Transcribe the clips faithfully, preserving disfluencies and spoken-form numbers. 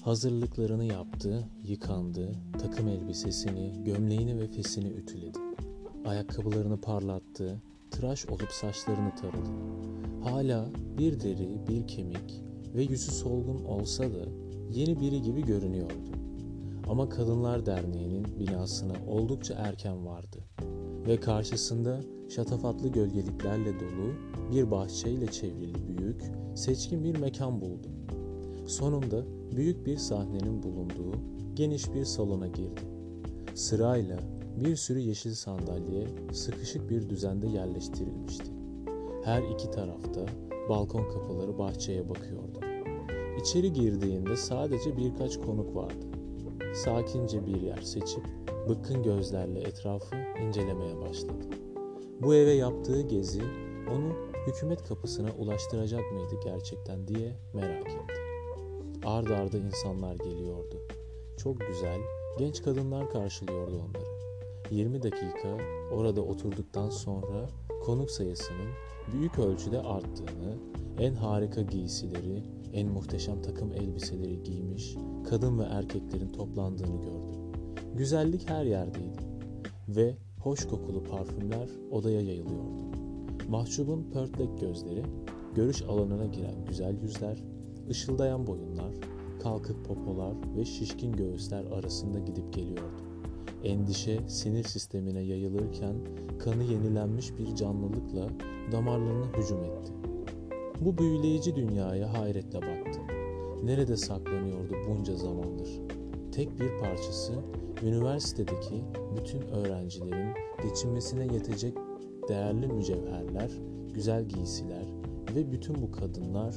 Hazırlıklarını yaptı, yıkandı, takım elbisesini, gömleğini ve fesini ütüledi. Ayakkabılarını parlattı, tıraş olup saçlarını taradı. Hala bir deri, bir kemik ve yüzü solgun olsa da yeni biri gibi görünüyordu. Ama Kadınlar Derneği'nin binasına oldukça erken vardı ve karşısında şatafatlı gölgeliklerle dolu bir bahçeyle çevrili büyük, seçkin bir mekan buldu. Sonunda büyük bir sahnenin bulunduğu geniş bir salona girdi. Sırayla bir sürü yeşil sandalye sıkışık bir düzende yerleştirilmişti. Her iki tarafta balkon kapıları bahçeye bakıyordu. İçeri girdiğinde sadece birkaç konuk vardı. Sakince bir yer seçip bıkkın gözlerle etrafı incelemeye başladı. Bu eve yaptığı gezi onu hükümet kapısına ulaştıracak mıydı gerçekten diye merak etti. Ard arda insanlar geliyordu. Çok güzel, genç kadınlar karşılıyordu onları. yirmi dakika orada oturduktan sonra konuk sayısının büyük ölçüde arttığını, en harika giysileri, en muhteşem takım elbiseleri giymiş kadın ve erkeklerin toplandığını gördü. Güzellik her yerdeydi ve hoş kokulu parfümler odaya yayılıyordu. Mahcubun pörtlek gözleri, görüş alanına giren güzel yüzler, ışıldayan boyunlar, kalkık popolar ve şişkin göğüsler arasında gidip geliyordu. Endişe sinir sistemine yayılırken kanı yenilenmiş bir canlılıkla damarlarına hücum etti. Bu büyüleyici dünyaya hayretle baktı. Nerede saklanıyordu bunca zamandır? Tek bir parçası üniversitedeki bütün öğrencilerin geçinmesine yetecek değerli mücevherler, güzel giysiler ve bütün bu kadınlar,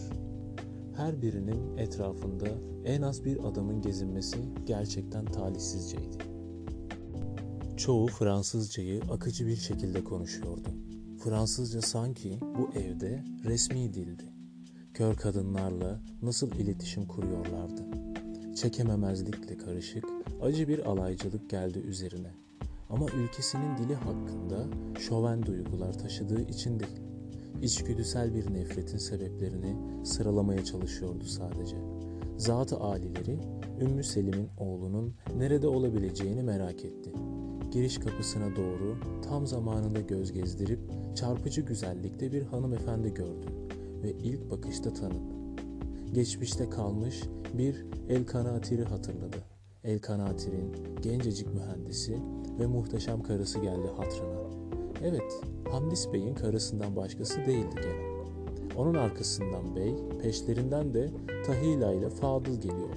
her birinin etrafında en az bir adamın gezinmesi gerçekten talihsizceydi. Çoğu Fransızcayı akıcı bir şekilde konuşuyordu. Fransızca sanki bu evde resmi dildi. Kör kadınlarla nasıl iletişim kuruyorlardı. Çekememezlikle karışık, acı bir alaycılık geldi üzerine. Ama ülkesinin dili hakkında şoven duygular taşıdığı için değil. İçgüdüsel bir nefretin sebeplerini sıralamaya çalışıyordu sadece. Zat-ı âlileri Ümmü Selim'in oğlunun nerede olabileceğini merak etti. Giriş kapısına doğru tam zamanında göz gezdirip çarpıcı güzellikte bir hanımefendi gördü ve ilk bakışta tanıdı. Geçmişte kalmış bir El Kanatir'i hatırladı. El Kanatir'in gencecik mühendisi ve muhteşem karısı geldi hatırına. Evet, Hamdis Bey'in karısından başkası değildi gene. Onun arkasından bey, peşlerinden de Tahila ile Fadıl geliyordu.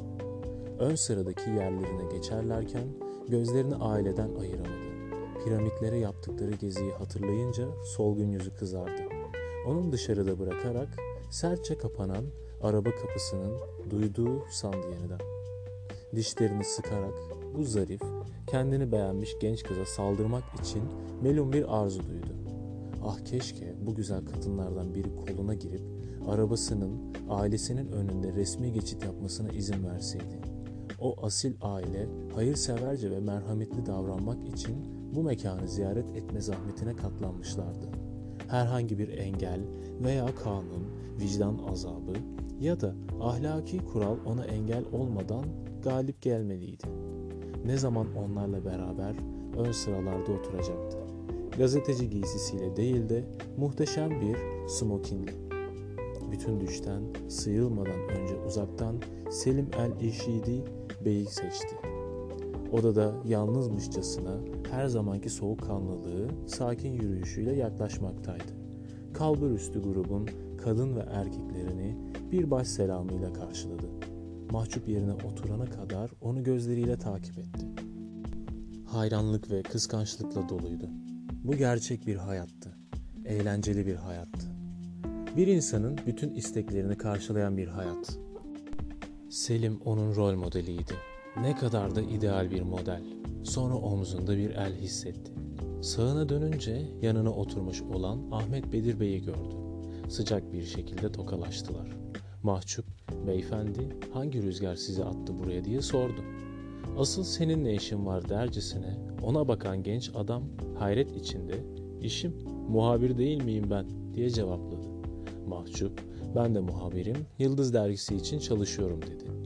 Ön sıradaki yerlerine geçerlerken gözlerini aileden ayıramadı. Piramitlere yaptıkları geziyi hatırlayınca solgun yüzü kızardı. Onun dışarıda bırakarak sertçe kapanan araba kapısının duyduğu sandı yeniden. Dişlerini sıkarak bu zarif, kendini beğenmiş genç kıza saldırmak için melun bir arzu duydu. Ah keşke bu güzel kadınlardan biri koluna girip arabasının ailesinin önünde resmi geçit yapmasına izin verseydi. O asil aile hayırseverce ve merhametli davranmak için bu mekanı ziyaret etme zahmetine katlanmışlardı. Herhangi bir engel veya kanun, vicdan azabı ya da ahlaki kural ona engel olmadan galip gelmeliydi. Ne zaman onlarla beraber ön sıralarda oturacaktı. Gazeteci giysisiyle değil de muhteşem bir smokinle. Bütün düşten sıyrılmadan önce uzaktan Selim el-İşidi Bey'i seçti. Odada yalnızmışçasına her zamanki soğukkanlılığı sakin yürüyüşüyle yaklaşmaktaydı. Kalburüstü grubun kadın ve erkeklerini bir baş selamıyla karşıladı. Mahcup yerine oturana kadar onu gözleriyle takip etti. Hayranlık ve kıskançlıkla doluydu. Bu gerçek bir hayattı. Eğlenceli bir hayattı. Bir insanın bütün isteklerini karşılayan bir hayat. Selim onun rol modeliydi. Ne kadar da ideal bir model. Sonra omzunda bir el hissetti. Sağına dönünce yanına oturmuş olan Ahmet Bedir Bey'i gördü. Sıcak bir şekilde tokalaştılar. Mahcup, "Beyefendi, hangi rüzgar sizi attı buraya?" diye sordu. "Asıl senin ne işin var?" dercesine ona bakan genç adam hayret içinde, "İşim, muhabir değil miyim ben?" diye cevapladı. Mahcup, "Ben de muhabirim, Yıldız dergisi için çalışıyorum." dedi.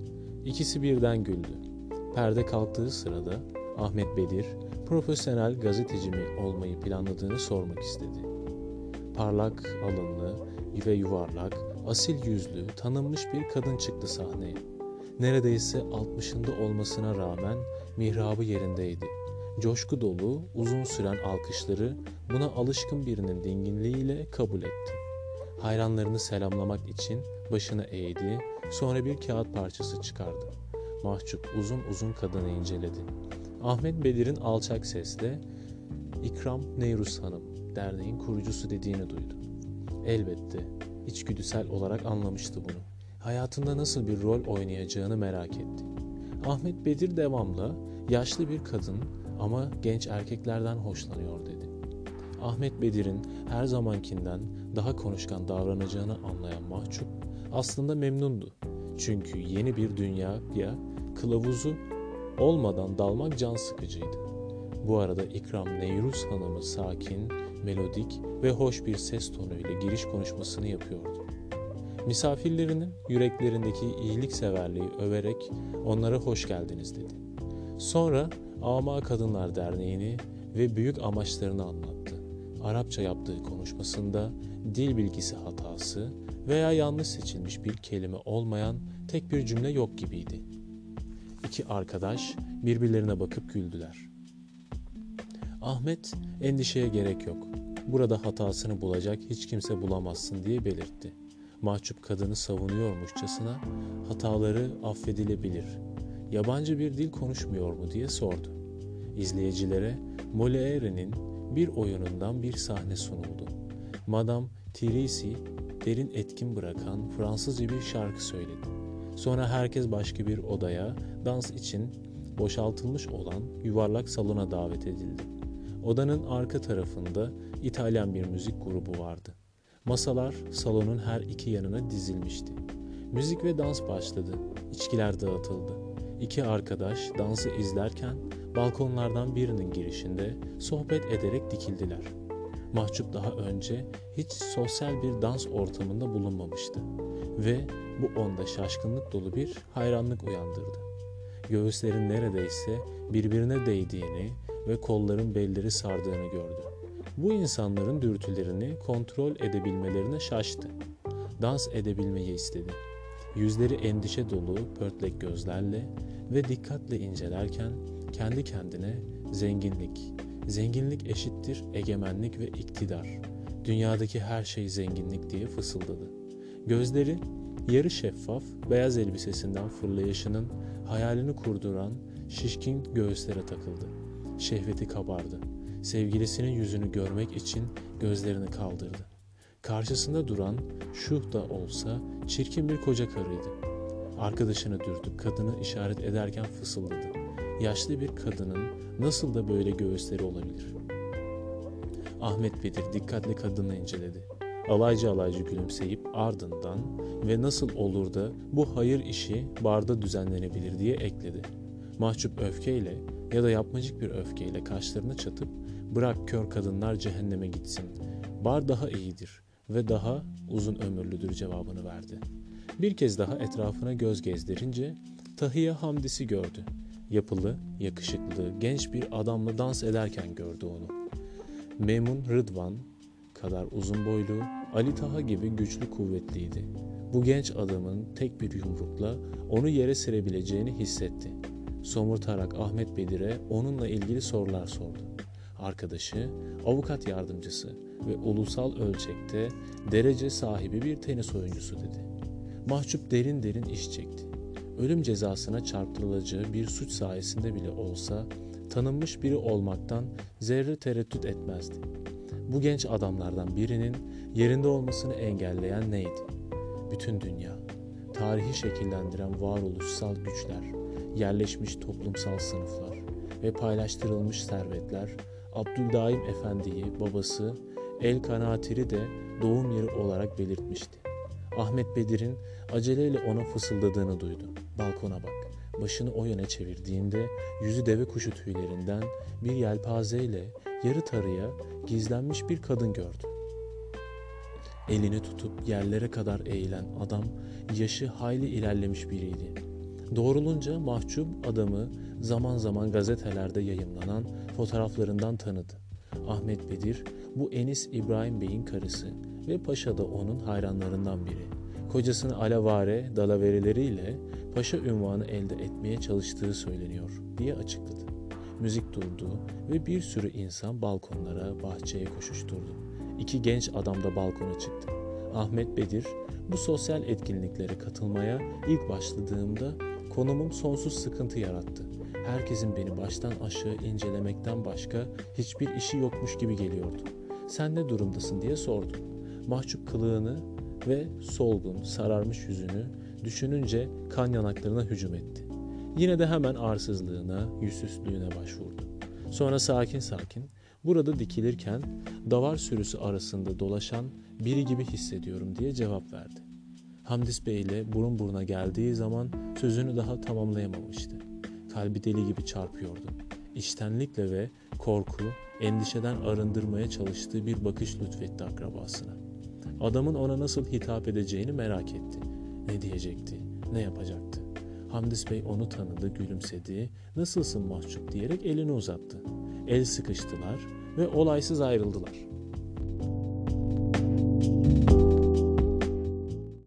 İkisi birden güldü. Perde kalktığı sırada Ahmet Bedir, profesyonel gazeteci mi olmayı planladığını sormak istedi. Parlak alınlı ve yuvarlak, asil yüzlü, tanınmış bir kadın çıktı sahneye. Neredeyse altmışında olmasına rağmen mihrabı yerindeydi. Coşku dolu, uzun süren alkışları buna alışkın birinin dinginliğiyle kabul etti. Hayranlarını selamlamak için başını eğdi, sonra bir kağıt parçası çıkardı. Mahcup uzun uzun kadını inceledi. Ahmet Bedir'in alçak sesle "İkram Neyruz Hanım, derneğin kurucusu" dediğini duydu. Elbette, içgüdüsel olarak anlamıştı bunu. Hayatında nasıl bir rol oynayacağını merak etti. Ahmet Bedir devamlı, yaşlı bir kadın ama genç erkeklerden hoşlanıyor dedi. Ahmet Bedir'in her zamankinden daha konuşkan davranacağını anlayan Mahcup aslında memnundu. Çünkü yeni bir dünyaya kılavuzu olmadan dalmak can sıkıcıydı. Bu arada İkram Neyruz Hanım'ı sakin, melodik ve hoş bir ses tonuyla giriş konuşmasını yapıyordu. Misafirlerinin yüreklerindeki iyilikseverliği överek onlara hoş geldiniz dedi. Sonra Ama Kadınlar Derneği'ni ve büyük amaçlarını anlattı. Arapça yaptığı konuşmasında dil bilgisi hatası veya yanlış seçilmiş bir kelime olmayan tek bir cümle yok gibiydi. İki arkadaş birbirlerine bakıp güldüler. Ahmet, endişeye gerek yok. Burada hatasını bulacak hiç kimse bulamazsın diye belirtti. Mahcup kadını savunuyormuşçasına hataları affedilebilir. Yabancı bir dil konuşmuyor mu diye sordu. İzleyicilere Molière'nin bir oyunundan bir sahne sunuldu. Madame Thérèse derin etkin bırakan Fransızca bir şarkı söyledi. Sonra herkes başka bir odaya, dans için boşaltılmış olan yuvarlak salona davet edildi. Odanın arka tarafında İtalyan bir müzik grubu vardı. Masalar salonun her iki yanına dizilmişti. Müzik ve dans başladı. İçkiler dağıtıldı. İki arkadaş dansı izlerken balkonlardan birinin girişinde sohbet ederek dikildiler. Mahcup daha önce hiç sosyal bir dans ortamında bulunmamıştı ve bu onda şaşkınlık dolu bir hayranlık uyandırdı. Göğüslerin neredeyse birbirine değdiğini ve kolların belleri sardığını gördü. Bu insanların dürtülerini kontrol edebilmelerine şaştı. Dans edebilmeyi istedi. Yüzleri endişe dolu pörtlek gözlerle ve dikkatle incelerken kendi kendine zenginlik, zenginlik eşittir egemenlik ve iktidar, dünyadaki her şey zenginlik diye fısıldadı. Gözleri yarı şeffaf beyaz elbisesinden fırlayışının hayalini kurduran şişkin göğüslere takıldı. Şehveti kabardı. Sevgilisinin yüzünü görmek için gözlerini kaldırdı. Karşısında duran şuh da olsa çirkin bir koca karıydı. Arkadaşını dürtüp kadını işaret ederken fısıldadı. Yaşlı bir kadının nasıl da böyle göğüsleri olabilir? Ahmet Bedir dikkatle kadını inceledi. Alaycı alaycı gülümseyip ardından ve nasıl olur da bu hayır işi barda düzenlenebilir diye ekledi. Mahcup öfkeyle ya da yapmacık bir öfkeyle kaşlarını çatıp bırak kör kadınlar cehenneme gitsin. Bar daha iyidir ve daha uzun ömürlüdür cevabını verdi. Bir kez daha etrafına göz gezdirince Tahiye Hamdis'i gördü. Yapılı, yakışıklı, genç bir adamla dans ederken gördü onu. Memun Rıdvan kadar uzun boylu, Ali Taha gibi güçlü kuvvetliydi. Bu genç adamın tek bir yumrukla onu yere serebileceğini hissetti. Somurtarak Ahmet Bedir'e onunla ilgili sorular sordu. Arkadaşı, avukat yardımcısı ve ulusal ölçekte derece sahibi bir tenis oyuncusu dedi. Mahcup derin derin iş çekti. Ölüm cezasına çarptırılacağı bir suç sayesinde bile olsa tanınmış biri olmaktan zerre tereddüt etmezdi. Bu genç adamlardan birinin yerinde olmasını engelleyen neydi? Bütün dünya, tarihi şekillendiren varoluşsal güçler, yerleşmiş toplumsal sınıflar ve paylaştırılmış servetler, Abdüldaim Efendi'yi babası El Kanatir'i de doğum yeri olarak belirtmişti. Ahmet Bedir'in aceleyle ona fısıldadığını duydu. Balkona bak. Başını o yöne çevirdiğinde yüzü deve kuşu tüylerinden bir yelpazeyle yarı tarıya gizlenmiş bir kadın gördü. Elini tutup yerlere kadar eğilen adam yaşı hayli ilerlemiş biriydi. Doğrulunca mahcup adamı zaman zaman gazetelerde yayımlanan fotoğraflarından tanıdı. Ahmet Bedir, bu Enis İbrahim Bey'in karısı ve paşa da onun hayranlarından biri. Kocasını alavare dalavereleriyle paşa unvanı elde etmeye çalıştığı söyleniyor diye açıkladı. Müzik durdu ve bir sürü insan balkonlara, bahçeye koşuşturdu. İki genç adam da balkona çıktı. Ahmet Bedir, bu sosyal etkinliklere katılmaya ilk başladığımda konumum sonsuz sıkıntı yarattı. Herkesin beni baştan aşağı incelemekten başka hiçbir işi yokmuş gibi geliyordu. Sen ne durumdasın diye sordum. Mahcup kılığını ve solgun, sararmış yüzünü düşününce kan yanaklarına hücum etti. Yine de hemen arsızlığına, yüzsüzlüğüne başvurdu. Sonra sakin sakin, burada dikilirken davar sürüsü arasında dolaşan biri gibi hissediyorum diye cevap verdi. Hamdis Bey ile burun buruna geldiği zaman sözünü daha tamamlayamamıştı. Kalbi deli gibi çarpıyordu. İçtenlikle ve korku, endişeden arındırmaya çalıştığı bir bakış lütfetti akrabasına. Adamın ona nasıl hitap edeceğini merak etti. Ne diyecekti, ne yapacaktı? Hamdis Bey onu tanıdı, gülümsedi, nasılsın mahcup diyerek elini uzattı. El sıkıştılar ve olaysız ayrıldılar.